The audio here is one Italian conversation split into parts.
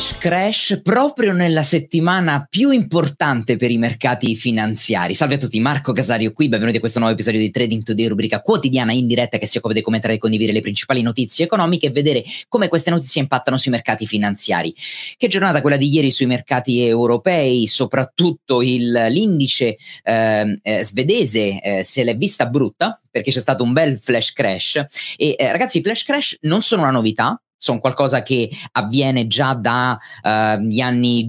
flash crash proprio nella settimana più importante per i mercati finanziari. Salve a tutti, Marco Casario qui, benvenuti a questo nuovo episodio di Trading Today, rubrica quotidiana in diretta che si occupa di commentare e condividere le principali notizie economiche e vedere come queste notizie impattano sui mercati finanziari. Che giornata quella di ieri sui mercati europei, soprattutto l'indice svedese se l'è vista brutta perché c'è stato un bel flash crash e ragazzi, i flash crash non sono una novità. Sono qualcosa che avviene già da gli anni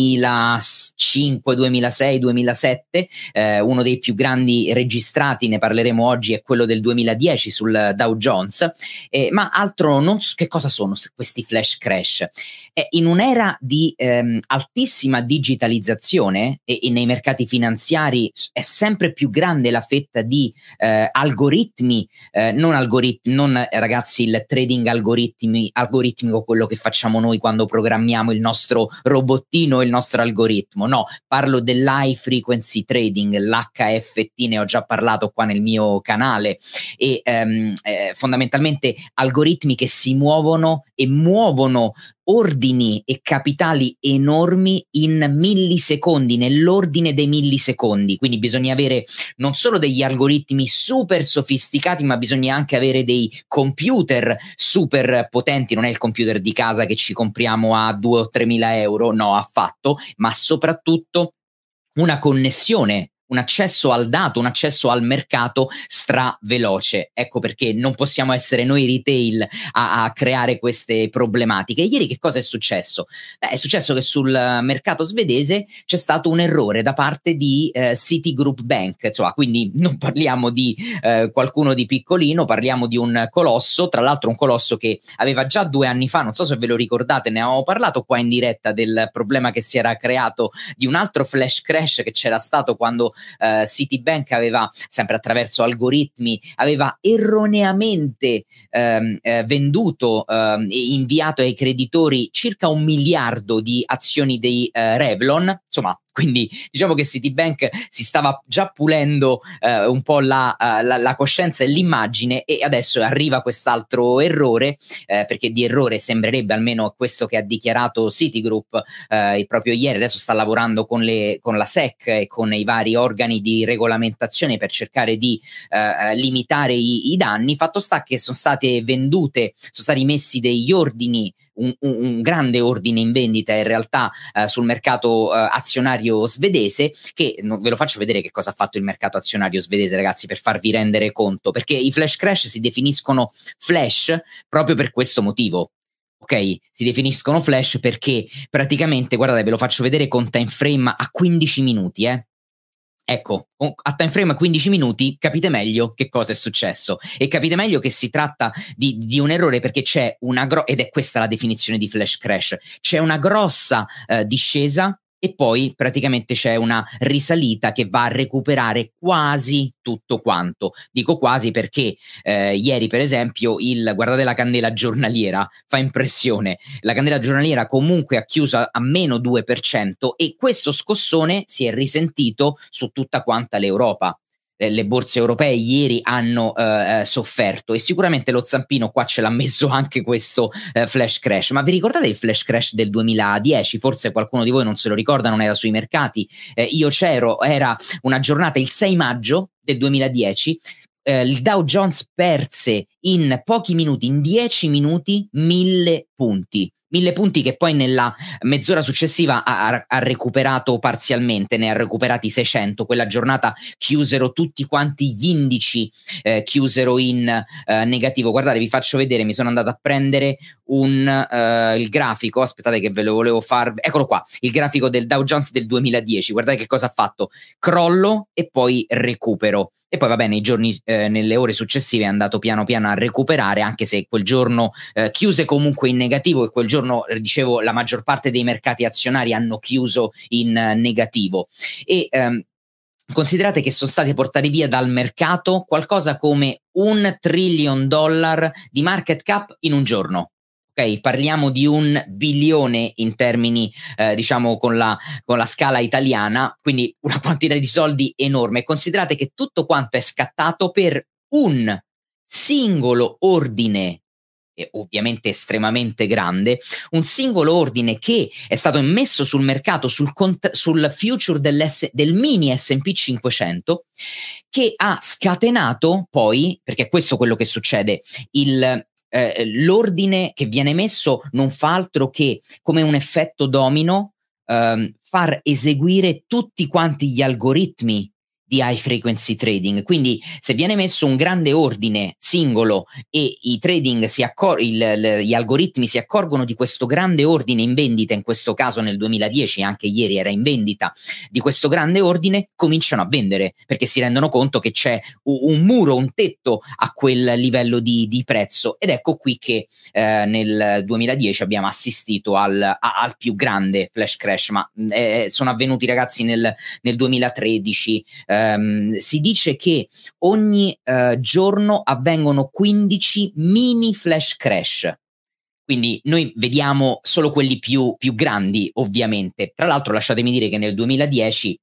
2005, 2006, 2007. Uno dei più grandi registrati, ne parleremo oggi, è quello del 2010 sul Dow Jones. Ma altro non che cosa sono questi flash crash? In un'era di altissima digitalizzazione e nei mercati finanziari è sempre più grande la fetta di algoritmi, non ragazzi il trading algoritmico, quello che facciamo noi quando programmiamo il nostro robottino e il nostro algoritmo. No, parlo dell'high frequency trading, l'HFT, ne ho già parlato qua nel mio canale, e fondamentalmente algoritmi che si muovono e muovono ordini e capitali enormi in millisecondi, nell'ordine dei millisecondi. Quindi bisogna avere non solo degli algoritmi super sofisticati, ma bisogna anche avere dei computer super potenti. Non è il computer di casa che ci compriamo a 2 o 3 mila euro, no, affatto, ma soprattutto una connessione, un accesso al dato, un accesso al mercato straveloce. Ecco perché non possiamo essere noi retail a creare queste problematiche. Ieri che cosa è successo? È successo che sul mercato svedese c'è stato un errore da parte di Citigroup Bank, insomma, quindi non parliamo di qualcuno di piccolino, parliamo di un colosso, tra l'altro un colosso che aveva già 2 anni fa, non so se ve lo ricordate, ne avevamo parlato qua in diretta del problema che si era creato di un altro flash crash che c'era stato quando Citibank aveva, sempre attraverso algoritmi, aveva erroneamente venduto e inviato ai creditori circa 1 miliardo di azioni dei Revlon, insomma. Quindi diciamo che Citibank si stava già pulendo un po' la coscienza e l'immagine, e adesso arriva quest'altro errore, perché di errore sembrerebbe, almeno questo che ha dichiarato Citigroup proprio ieri. Adesso sta lavorando con la SEC e con i vari organi di regolamentazione per cercare di limitare i danni. Fatto sta che sono stati messi degli ordini, un grande ordine in vendita in realtà sul mercato azionario svedese, che ve lo faccio vedere che cosa ha fatto il mercato azionario svedese, ragazzi, per farvi rendere conto, perché i flash crash si definiscono flash proprio per questo motivo. Ok, si definiscono flash perché praticamente, guardate, ve lo faccio vedere con time frame a 15 minuti, Ecco, a time frame a 15 minuti capite meglio che cosa è successo, e capite meglio che si tratta di un errore, perché c'è ed è questa la definizione di flash crash, c'è una grossa discesa e poi praticamente c'è una risalita che va a recuperare quasi tutto quanto. Dico quasi perché ieri per esempio guardate la candela giornaliera, fa impressione, la candela giornaliera comunque ha chiuso a meno 2%, e questo scossone si è risentito su tutta quanta l'Europa. Le borse europee ieri hanno sofferto, e sicuramente lo zampino qua ce l'ha messo anche questo flash crash. Ma vi ricordate il flash crash del 2010? Forse qualcuno di voi non se lo ricorda, non era sui mercati, io c'ero, era una giornata, il 6 maggio del 2010, il Dow Jones perse in pochi minuti, in 10 minuti, 1000 punti. 1000 punti che poi nella mezz'ora successiva ha recuperato parzialmente, ne ha recuperati 600. Quella giornata chiusero tutti quanti gli indici, chiusero in negativo. Guardate, vi faccio vedere, mi sono andato a prendere il grafico, aspettate che ve lo volevo far, eccolo qua, il grafico del Dow Jones del 2010. Guardate che cosa ha fatto: crollo e poi recupero, e poi va nei giorni, nelle ore successive è andato piano piano a recuperare, anche se quel giorno chiuse comunque in negativo, e quel giorno, dicevo, la maggior parte dei mercati azionari hanno chiuso in negativo. E considerate che sono stati portati via dal mercato qualcosa come $1 trillion di market cap in un giorno. Ok, parliamo di 1 bilione in termini, diciamo, con la scala italiana, quindi una quantità di soldi enorme. Considerate che tutto quanto è scattato per un singolo ordine e ovviamente estremamente grande, un singolo ordine che è stato immesso sul mercato sul future del mini S&P 500, che ha scatenato poi, perché questo è quello che succede, l'ordine che viene messo non fa altro che, come un effetto domino, far eseguire tutti quanti gli algoritmi di high frequency trading. Quindi se viene messo un grande ordine singolo e i trading gli algoritmi si accorgono di questo grande ordine in vendita, in questo caso nel 2010, anche ieri era in vendita, di questo grande ordine, cominciano a vendere perché si rendono conto che c'è un muro, un tetto a quel livello di prezzo. Ed ecco qui che nel 2010 abbiamo assistito al più grande flash crash, ma sono avvenuti, ragazzi, nel 2013. Si dice che ogni giorno avvengono 15 mini flash crash. Quindi noi vediamo solo quelli più grandi, ovviamente. Tra l'altro lasciatemi dire che nel 2010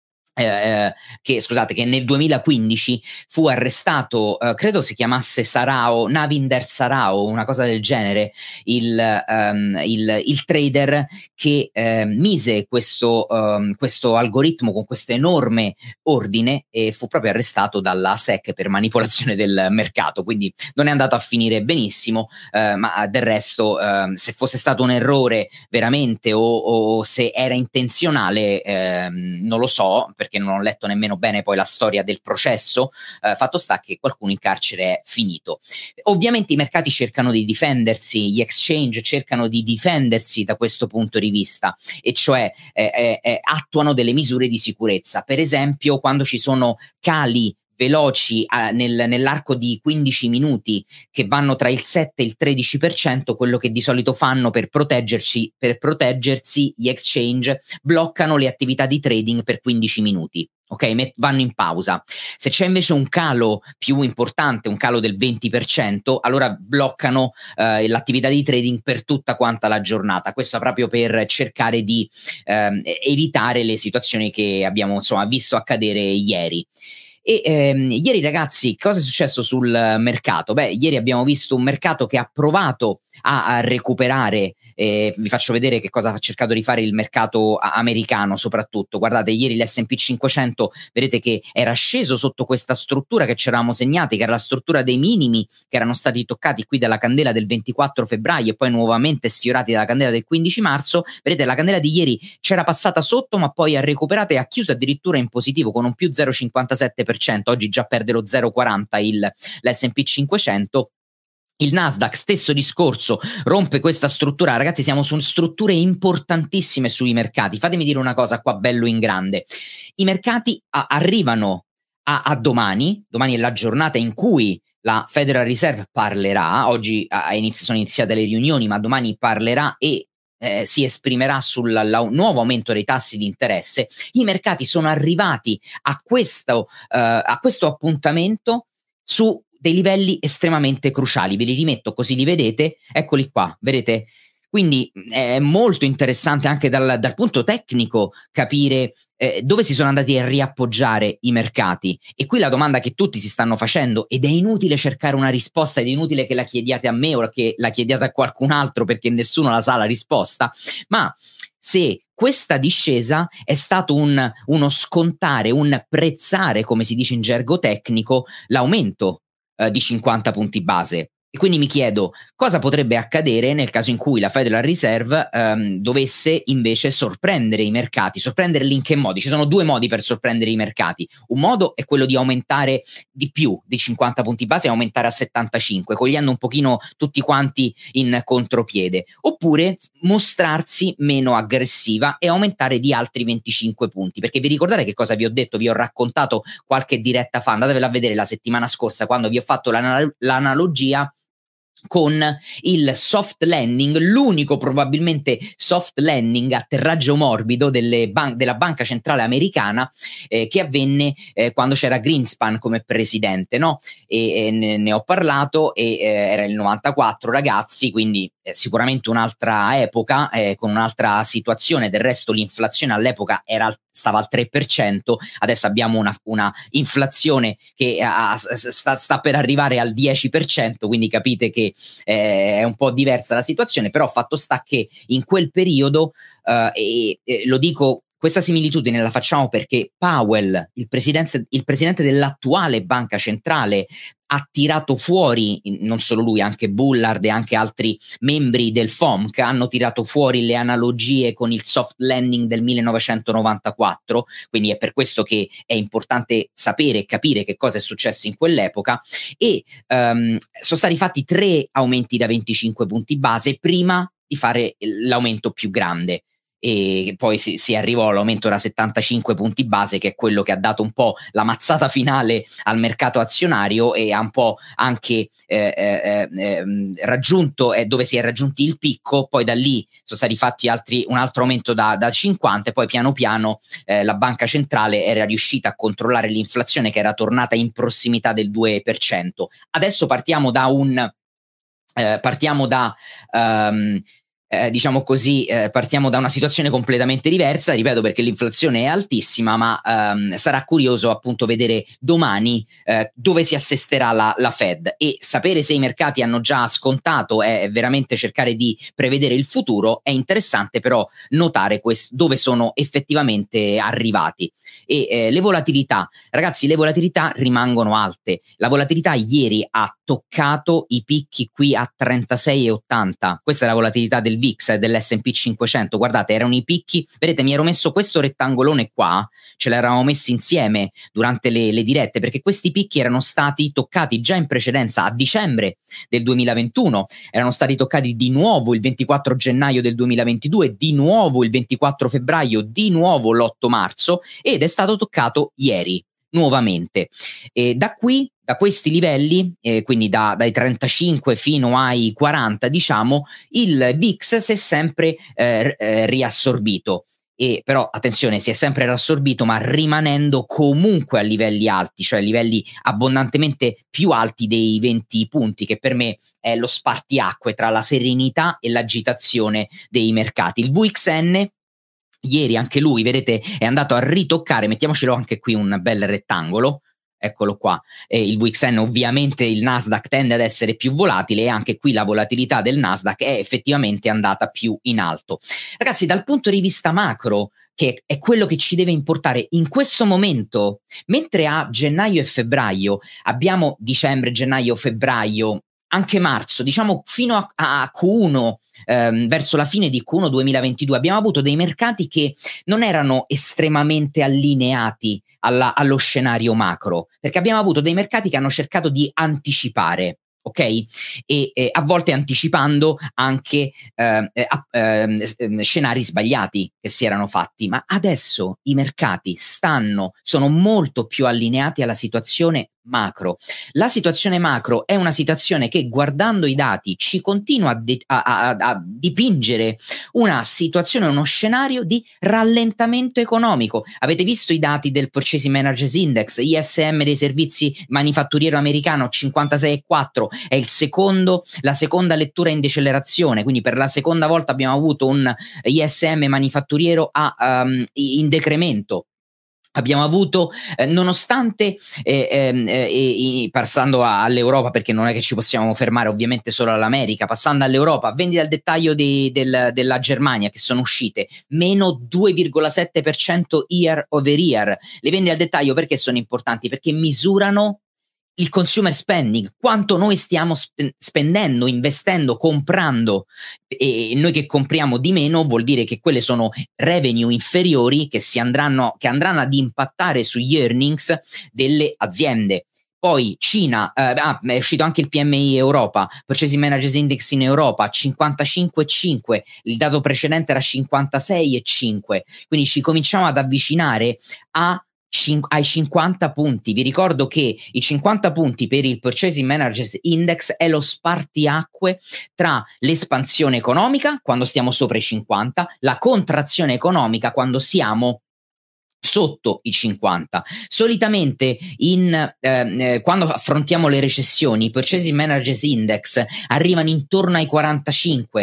che nel 2015 fu arrestato, credo si chiamasse Navinder Sarao, una cosa del genere, il trader che mise questo algoritmo con questo enorme ordine, e fu proprio arrestato dalla SEC per manipolazione del mercato. Quindi non è andato a finire benissimo, ma del resto, se fosse stato un errore veramente o se era intenzionale, non lo so, perché non ho letto nemmeno bene poi la storia del processo. Fatto sta che qualcuno in carcere è finito. Ovviamente i mercati cercano di difendersi, gli exchange cercano di difendersi da questo punto di vista, e cioè attuano delle misure di sicurezza. Per esempio, quando ci sono cali veloci nell'arco di 15 minuti che vanno tra il 7 e il 13%, quello che di solito fanno per proteggersi, gli exchange bloccano le attività di trading per 15 minuti. Ok, vanno in pausa. Se c'è invece un calo più importante, un calo del 20%, allora bloccano l'attività di trading per tutta quanta la giornata. Questo proprio per cercare di evitare le situazioni che abbiamo, insomma, visto accadere ieri. E ieri, ragazzi, cosa è successo sul mercato? Beh, ieri abbiamo visto un mercato che ha provato a recuperare. Vi faccio vedere che cosa ha cercato di fare il mercato americano soprattutto. Guardate, ieri l'S&P 500, vedete che era sceso sotto questa struttura che ci eravamo segnati, che era la struttura dei minimi che erano stati toccati qui dalla candela del 24 febbraio e poi nuovamente sfiorati dalla candela del 15 marzo. Vedete, la candela di ieri c'era passata sotto, ma poi ha recuperato e ha chiuso addirittura in positivo con un più 0,57%. Oggi già perde lo 0,40 l'S&P 500. Il Nasdaq, stesso discorso, rompe questa struttura. Ragazzi, siamo su strutture importantissime sui mercati. Fatemi dire una cosa qua bello in grande. I mercati arrivano a domani è la giornata in cui la Federal Reserve parlerà. Oggi sono iniziate le riunioni, ma domani parlerà e si esprimerà sul nuovo aumento dei tassi di interesse. I mercati sono arrivati a questo appuntamento su dei livelli estremamente cruciali. Ve li rimetto così li vedete, eccoli qua, vedete? Quindi è molto interessante anche dal punto tecnico capire dove si sono andati a riappoggiare i mercati. E qui la domanda che tutti si stanno facendo, ed è inutile cercare una risposta, ed è inutile che la chiediate a me o che la chiediate a qualcun altro, perché nessuno la sa la risposta, ma se questa discesa è stato uno scontare, un prezzare, come si dice in gergo tecnico, l'aumento di 50 punti base. E quindi mi chiedo cosa potrebbe accadere nel caso in cui la Federal Reserve dovesse invece sorprendere i mercati. Sorprenderli in che modi? Ci sono due modi per sorprendere i mercati. Un modo è quello di aumentare di più di 50 punti base e aumentare a 75, cogliendo un pochino tutti quanti in contropiede. Oppure mostrarsi meno aggressiva e aumentare di altri 25 punti. Perché vi ricordate che cosa vi ho detto? Vi ho raccontato qualche diretta fa, andatevela a vedere la settimana scorsa, quando vi ho fatto l'analogia con il soft landing, l'unico probabilmente soft landing, atterraggio morbido della banca centrale americana che avvenne quando c'era Greenspan come presidente, no? E ne ho parlato, e era il 94, ragazzi, quindi sicuramente un'altra epoca con un'altra situazione. Del resto l'inflazione all'epoca era stava al 3%, adesso abbiamo una inflazione che sta per arrivare al 10%, quindi capite che è un po' diversa la situazione, però fatto sta che in quel periodo, lo dico, questa similitudine la facciamo perché Powell, il presidente dell'attuale banca centrale, ha tirato fuori, non solo lui, anche Bullard e anche altri membri del FOMC hanno tirato fuori le analogie con il soft landing del 1994, quindi è per questo che è importante sapere e capire che cosa è successo in quell'epoca, e sono stati fatti 3 aumenti da 25 punti base prima di fare l'aumento più grande, e poi si arrivò all'aumento da 75 punti base, che è quello che ha dato un po' la mazzata finale al mercato azionario e ha un po' anche raggiunto, dove si è raggiunti il picco. Poi da lì sono stati fatti un altro aumento da 50, e poi piano piano la banca centrale era riuscita a controllare l'inflazione, che era tornata in prossimità del 2%. Adesso partiamo da diciamo così, partiamo da una situazione completamente diversa, ripeto, perché l'inflazione è altissima, ma sarà curioso appunto vedere domani dove si assesterà la Fed, e sapere se i mercati hanno già scontato è veramente cercare di prevedere il futuro. È interessante però notare dove sono effettivamente arrivati. E le volatilità, ragazzi, le volatilità rimangono alte. La volatilità ieri ha toccato i picchi qui a 36,80. Questa è la volatilità del VIX e dell'S&P 500. Guardate, erano i picchi, vedete, mi ero messo questo rettangolone qua, ce l'eravamo messi insieme durante le dirette, perché questi picchi erano stati toccati già in precedenza a dicembre del 2021, erano stati toccati di nuovo il 24 gennaio del 2022, di nuovo il 24 febbraio, di nuovo l'8 marzo, ed è stato toccato ieri nuovamente. Da questi livelli, quindi dai 35 fino ai 40, diciamo, il VIX si è sempre riassorbito. Però attenzione, si è sempre riassorbito, ma rimanendo comunque a livelli alti, cioè livelli abbondantemente più alti dei 20 punti, che per me è lo spartiacque tra la serenità e l'agitazione dei mercati. Il VXN ieri, anche lui, vedete, è andato a ritoccare, mettiamocelo anche qui un bel rettangolo, eccolo qua, il VXN. Ovviamente il Nasdaq tende ad essere più volatile, e anche qui la volatilità del Nasdaq è effettivamente andata più in alto. Ragazzi, dal punto di vista macro, che è quello che ci deve importare in questo momento, mentre a gennaio e febbraio abbiamo dicembre, gennaio, febbraio, anche marzo, diciamo fino a Q1, verso la fine di Q1 2022, abbiamo avuto dei mercati che non erano estremamente allineati allo scenario macro, perché abbiamo avuto dei mercati che hanno cercato di anticipare, ok? E a volte anticipando anche scenari sbagliati che si erano fatti, ma adesso i mercati sono molto più allineati alla situazione macro. La situazione macro è una situazione che, guardando i dati, ci continua a dipingere una situazione, uno scenario di rallentamento economico. Avete visto i dati del Purchasing Managers Index, ISM dei servizi manifatturiero americano 56,4, è la seconda lettura in decelerazione, quindi per la seconda volta abbiamo avuto un ISM manifatturiero in decremento. Abbiamo avuto, nonostante, passando all'Europa, perché non è che ci possiamo fermare ovviamente solo all'America, passando all'Europa, vendite al dettaglio della Germania che sono uscite, meno 2,7% year over year. Le vendite al dettaglio perché sono importanti? Perché misurano il consumer spending, quanto noi stiamo spendendo, investendo, comprando, e noi che compriamo di meno vuol dire che quelle sono revenue inferiori che andranno ad impattare sugli earnings delle aziende. Poi Cina, è uscito anche il PMI Europa, Purchasing Managers Index in Europa, 55,5, il dato precedente era 56,5, quindi ci cominciamo ad avvicinare ai 50 punti. Vi ricordo che i 50 punti per il Purchasing Managers Index è lo spartiacque tra l'espansione economica, quando stiamo sopra i 50, la contrazione economica quando siamo sotto i 50. Solitamente quando affrontiamo le recessioni, i Purchasing Managers Index arrivano intorno ai 45,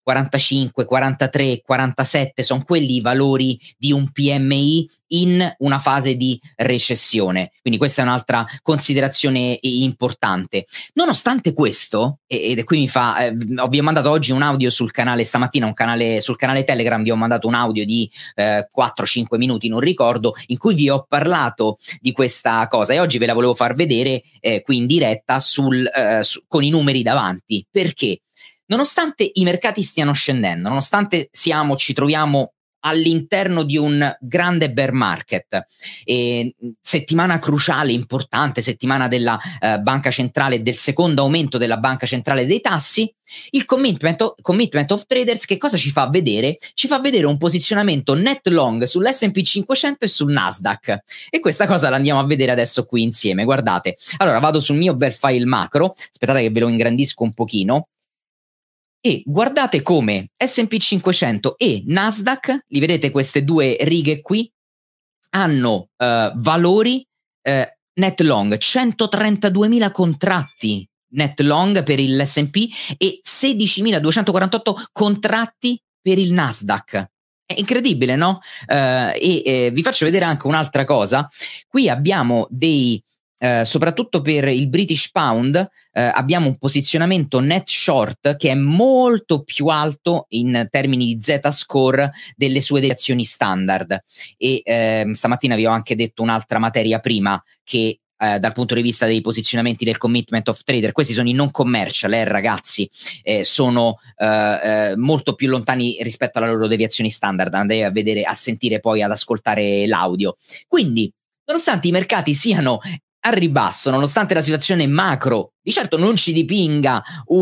45, 43, 47 sono quelli i valori di un PMI in una fase di recessione. Quindi questa è un'altra considerazione importante. Nonostante questo, ed qui vi ho mandato oggi un audio sul canale, stamattina sul canale Telegram vi ho mandato un audio di 4-5 minuti, non ricordo, in cui vi ho parlato di questa cosa, e oggi ve la volevo far vedere qui in diretta con i numeri davanti. Perché? Nonostante i mercati stiano scendendo, nonostante ci troviamo all'interno di un grande bear market, settimana cruciale, importante, settimana della banca centrale, del secondo aumento della banca centrale dei tassi, il commitment of traders che cosa ci fa vedere? Ci fa vedere un posizionamento net long sull'S&P 500 e sul Nasdaq, e questa cosa la andiamo a vedere adesso qui insieme. Guardate, allora vado sul mio bel file macro, aspettate che ve lo ingrandisco un pochino, e guardate come S&P 500 e Nasdaq, li vedete queste due righe qui, hanno valori net long, 132.000 contratti net long per l'S&P e 16.248 contratti per il Nasdaq. È incredibile, no? Vi faccio vedere anche un'altra cosa. Qui abbiamo soprattutto per il British Pound, abbiamo un posizionamento net short che è molto più alto in termini di Z-score delle sue deviazioni standard, e stamattina vi ho anche detto un'altra materia prima che dal punto di vista dei posizionamenti del commitment of trader, questi sono i non commercial, ragazzi, sono molto più lontani rispetto alla loro deviazioni standard. Andate a vedere, a sentire, poi ad ascoltare l'audio. Quindi, nonostante i mercati siano a ribasso, nonostante la situazione macro di certo non ci dipinge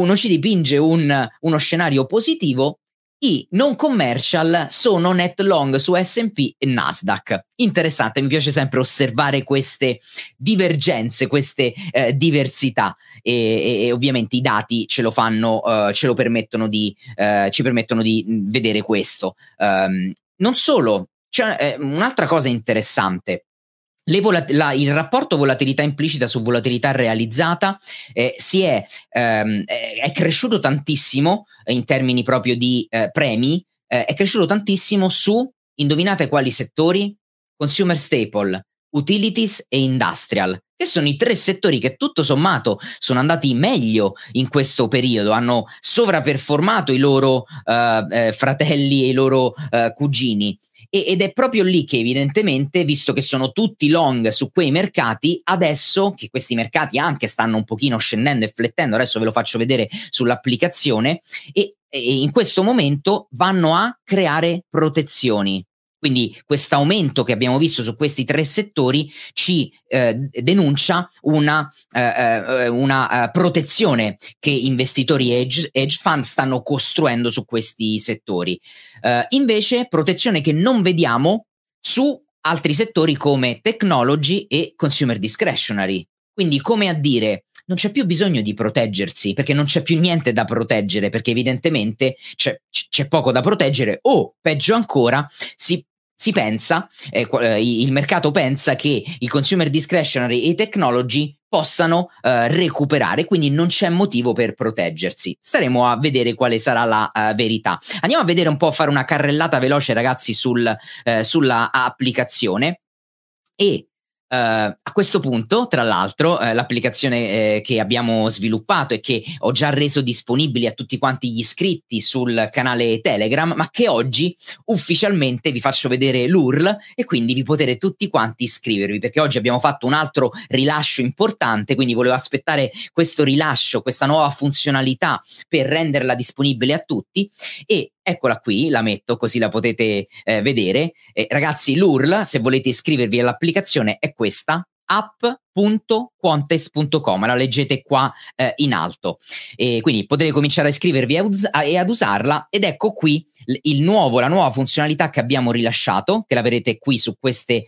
uno scenario positivo, i non commercial sono net long su S&P e Nasdaq. Interessante, mi piace sempre osservare queste divergenze, queste diversità, e ovviamente i dati ci permettono di vedere questo. Non solo, c'è un'altra cosa interessante. Il rapporto volatilità implicita su volatilità realizzata è cresciuto tantissimo in termini proprio di premi, è cresciuto tantissimo su, indovinate quali settori? Consumer staple, utilities e industrial, che sono i tre settori che tutto sommato sono andati meglio in questo periodo, hanno sovraperformato i loro fratelli e i loro cugini. Ed è proprio lì che evidentemente, visto che sono tutti long su quei mercati, adesso che questi mercati anche stanno un pochino scendendo e flettendo, adesso ve lo faccio vedere sull'applicazione, e in questo momento vanno a creare protezioni. Quindi questo aumento che abbiamo visto su questi tre settori ci denuncia una protezione che investitori hedge fund stanno costruendo su questi settori. Invece protezione che non vediamo su altri settori come technology e consumer discretionary. Quindi, come a dire, non c'è più bisogno di proteggersi, perché non c'è più niente da proteggere, perché evidentemente c'è poco da proteggere, o peggio ancora si pensa, il mercato pensa che i consumer discretionary e i technology possano recuperare, quindi non c'è motivo per proteggersi. Staremo a vedere quale sarà la verità. Andiamo a vedere un po', a fare una carrellata veloce, ragazzi, sulla applicazione. E a questo punto, tra l'altro, l'applicazione che abbiamo sviluppato e che ho già reso disponibili a tutti quanti gli iscritti sul canale Telegram, ma che oggi ufficialmente vi faccio vedere l'URL, e quindi vi potete tutti quanti iscrivervi, perché oggi abbiamo fatto un altro rilascio importante, quindi volevo aspettare questo rilascio, questa nuova funzionalità, per renderla disponibile a tutti. E eccola qui, la metto così la potete vedere. Ragazzi, l'URL, se volete iscrivervi all'applicazione, è questa: app.quantest.com, la leggete qua in alto, e quindi potete cominciare a iscrivervi e ad usarla. Ed ecco qui la nuova funzionalità che abbiamo rilasciato, che la vedete qui su questi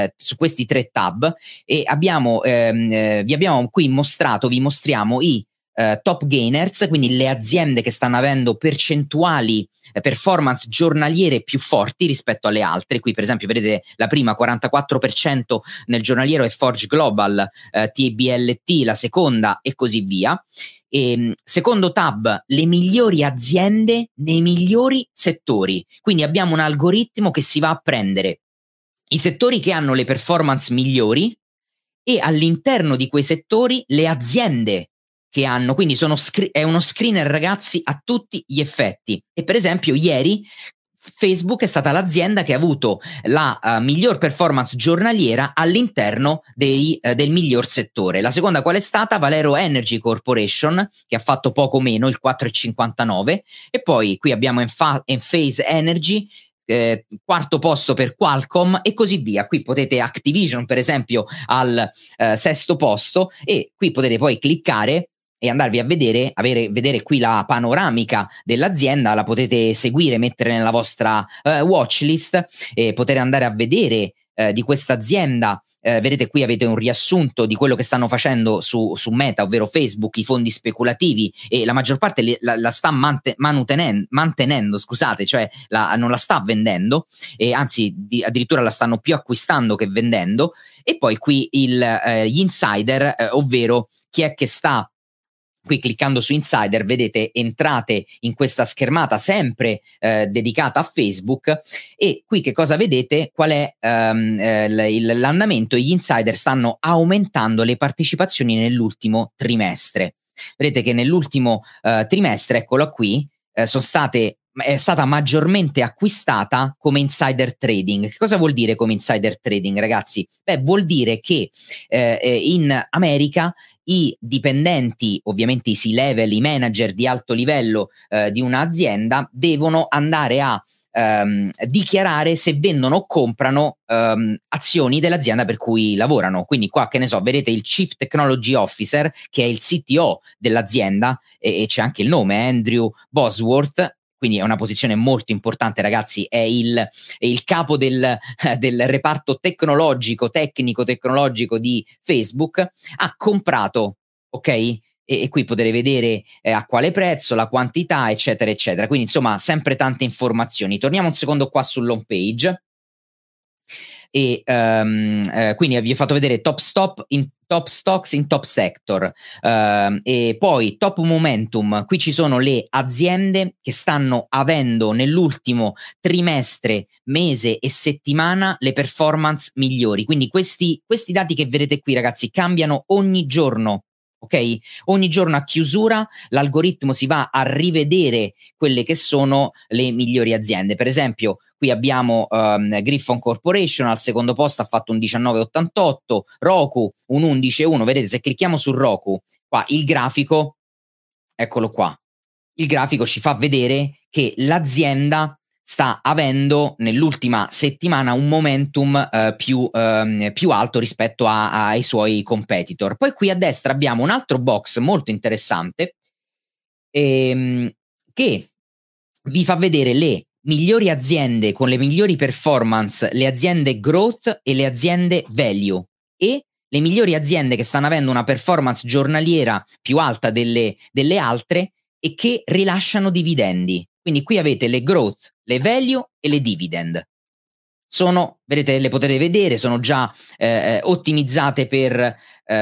tre tab, e vi abbiamo qui vi mostriamo i top gainers, quindi le aziende che stanno avendo percentuali performance giornaliere più forti rispetto alle altre. Qui per esempio vedete la prima 44% nel giornaliero è Forge Global, TBLT la seconda e così via. E, secondo tab, le migliori aziende nei migliori settori. Quindi abbiamo un algoritmo che si va a prendere i settori che hanno le performance migliori e all'interno di quei settori le aziende che hanno, quindi è uno screener, ragazzi, a tutti gli effetti. E per esempio ieri Facebook è stata l'azienda che ha avuto la miglior performance giornaliera all'interno del miglior settore. La seconda qual è stata? Valero Energy Corporation, che ha fatto poco meno, il 4,59, e poi qui abbiamo Enphase Energy, quarto posto per Qualcomm e così via. Qui potete Activision per esempio al sesto posto, e qui potete poi cliccare e andarvi a vedere qui la panoramica dell'azienda, la potete seguire, mettere nella vostra watchlist e poter andare a vedere di questa azienda. Vedete qui avete un riassunto di quello che stanno facendo su Meta, ovvero Facebook, i fondi speculativi, e la maggior parte la sta mantenendo, scusate, cioè non la sta vendendo, e anzi addirittura la stanno più acquistando che vendendo. E poi qui gli insider, ovvero chi è che sta. Qui cliccando su Insider vedete entrate in questa schermata sempre dedicata a Facebook, e qui che cosa vedete? Qual è l'andamento? Gli insider stanno aumentando le partecipazioni nell'ultimo trimestre. Vedete che nell'ultimo trimestre, eccolo qui, è stata maggiormente acquistata come insider trading. Che cosa vuol dire come insider trading, ragazzi? Beh, vuol dire che in America i dipendenti, ovviamente i C-level, i manager di alto livello di un'azienda, devono andare a dichiarare se vendono o comprano azioni dell'azienda per cui lavorano. Quindi qua, che ne so, vedete il Chief Technology Officer, che è il CTO dell'azienda, e c'è anche il nome, Andrew Bosworth. Quindi è una posizione molto importante, ragazzi, è il capo del reparto tecnico-tecnologico di Facebook. Ha comprato, ok? E qui potete vedere a quale prezzo, la quantità, eccetera, eccetera. Quindi insomma sempre tante informazioni. Torniamo un secondo qua sull'home page. E quindi vi ho fatto vedere top stocks in top sector, e poi top momentum. Qui ci sono le aziende che stanno avendo nell'ultimo trimestre, mese e settimana le performance migliori. Quindi questi dati che vedete qui, ragazzi, cambiano ogni giorno. Ok? Ogni giorno a chiusura l'algoritmo si va a rivedere quelle che sono le migliori aziende. Per esempio, qui abbiamo Griffon Corporation al secondo posto, ha fatto un 19,88, Roku un 11,1. Vedete, se clicchiamo su Roku, qua il grafico, eccolo qua, il grafico ci fa vedere che l'azienda sta avendo nell'ultima settimana un momentum più alto rispetto ai suoi competitor. Poi qui a destra abbiamo un altro box molto interessante che vi fa vedere le migliori aziende con le migliori performance, le aziende growth e le aziende value, e le migliori aziende che stanno avendo una performance giornaliera più alta delle altre e che rilasciano dividendi. Quindi qui avete le growth, le value e le dividend. Vedete, le potete vedere, sono già ottimizzate per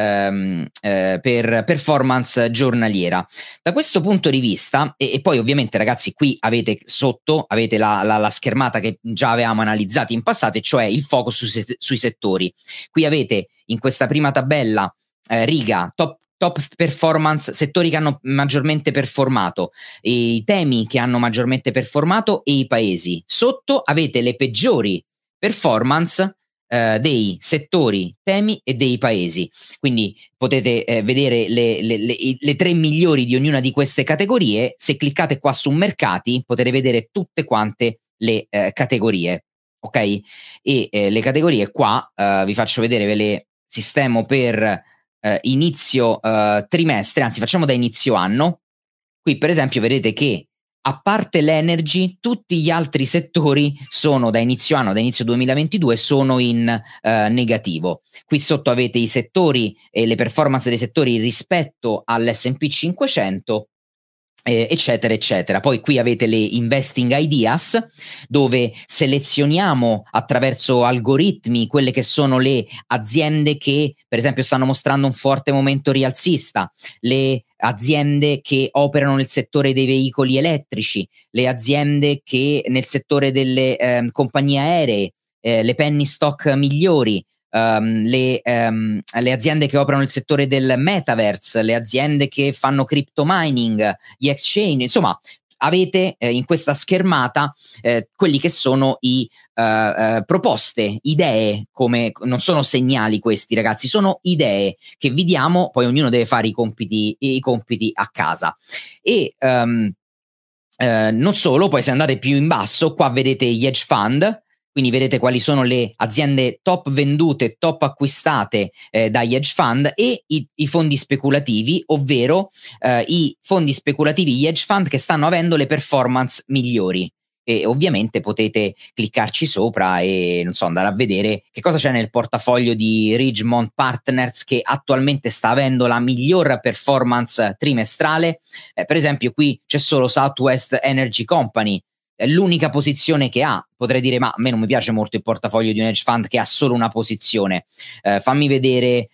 performance giornaliera. Da questo punto di vista, e poi ovviamente, ragazzi, qui avete sotto la schermata che già avevamo analizzato in passato, e cioè il focus sui settori. Qui avete in questa prima tabella riga top performance, settori che hanno maggiormente performato, i temi che hanno maggiormente performato e i paesi. Sotto avete le peggiori performance dei settori, temi e dei paesi. Quindi potete vedere le tre migliori di ognuna di queste categorie. Se cliccate qua su mercati potete vedere tutte quante le categorie, ok? E le categorie qua vi faccio vedere, ve le sistemo per inizio trimestre, anzi facciamo da inizio anno. Qui per esempio vedete che a parte l'energy, tutti gli altri settori sono da inizio anno, da inizio 2022, sono in negativo. Qui sotto avete i settori e le performance dei settori rispetto all'S&P 500, eccetera, eccetera. Poi qui avete le investing ideas, dove selezioniamo attraverso algoritmi quelle che sono le aziende che, per esempio, stanno mostrando un forte momento rialzista, le aziende che operano nel settore dei veicoli elettrici, le aziende che nel settore delle compagnie aeree, le penny stock migliori, le aziende che operano nel settore del metaverse, le aziende che fanno crypto mining, gli exchange, insomma avete in questa schermata quelli che sono i proposte, idee, come non sono segnali questi ragazzi, sono idee che vi diamo, poi ognuno deve fare i compiti a casa. E non solo, poi se andate più in basso, qua vedete gli hedge fund, quindi vedete quali sono le aziende top vendute, top acquistate dagli hedge fund, e i fondi speculativi, ovvero i fondi speculativi, gli hedge fund che stanno avendo le performance migliori. E ovviamente potete cliccarci sopra e non so, andare a vedere che cosa c'è nel portafoglio di Ridgemont Partners che attualmente sta avendo la miglior performance trimestrale. Per esempio qui c'è solo Southwest Energy Company, è l'unica posizione che ha. Potrei dire ma a me non mi piace molto il portafoglio di un hedge fund che ha solo una posizione. Fammi vedere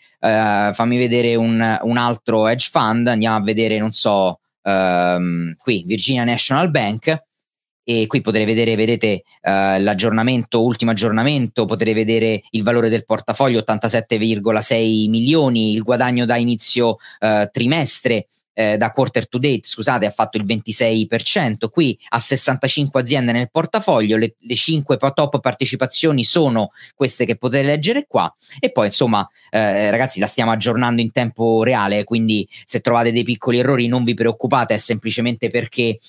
un altro hedge fund, andiamo a vedere, non so, qui Virginia National Bank. E qui potrete vedere, vedete l'aggiornamento, ultimo aggiornamento, potete vedere il valore del portafoglio 87,6 milioni, il guadagno da inizio trimestre, da quarter to date, scusate, ha fatto il 26%. Qui ha 65 aziende nel portafoglio, le 5 top partecipazioni sono queste che potete leggere qua, e poi insomma ragazzi la stiamo aggiornando in tempo reale, quindi se trovate dei piccoli errori non vi preoccupate, è semplicemente perché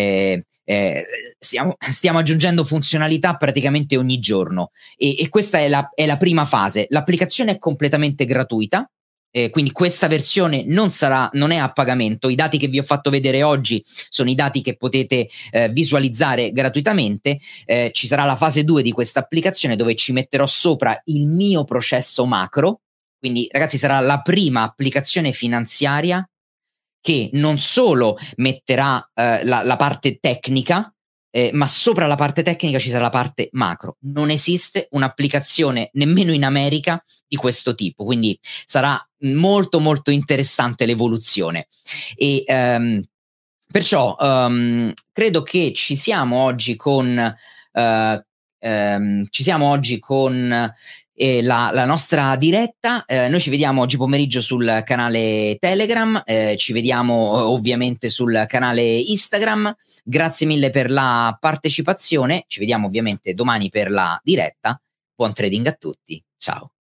stiamo aggiungendo funzionalità praticamente ogni giorno, e questa è la prima fase. L'applicazione è completamente gratuita, quindi questa versione non è a pagamento. I dati che vi ho fatto vedere oggi sono i dati che potete visualizzare gratuitamente. Ci sarà la fase 2 di questa applicazione dove ci metterò sopra il mio processo macro, quindi ragazzi sarà la prima applicazione finanziaria che non solo metterà la parte tecnica, ma sopra la parte tecnica ci sarà la parte macro. Non esiste un'applicazione nemmeno in America di questo tipo, quindi sarà molto molto interessante l'evoluzione. E perciò credo che ci siamo oggi con la nostra diretta. Noi ci vediamo oggi pomeriggio sul canale Telegram, ci vediamo ovviamente sul canale Instagram. Grazie mille per la partecipazione, ci vediamo ovviamente domani per la diretta. Buon trading a tutti, ciao.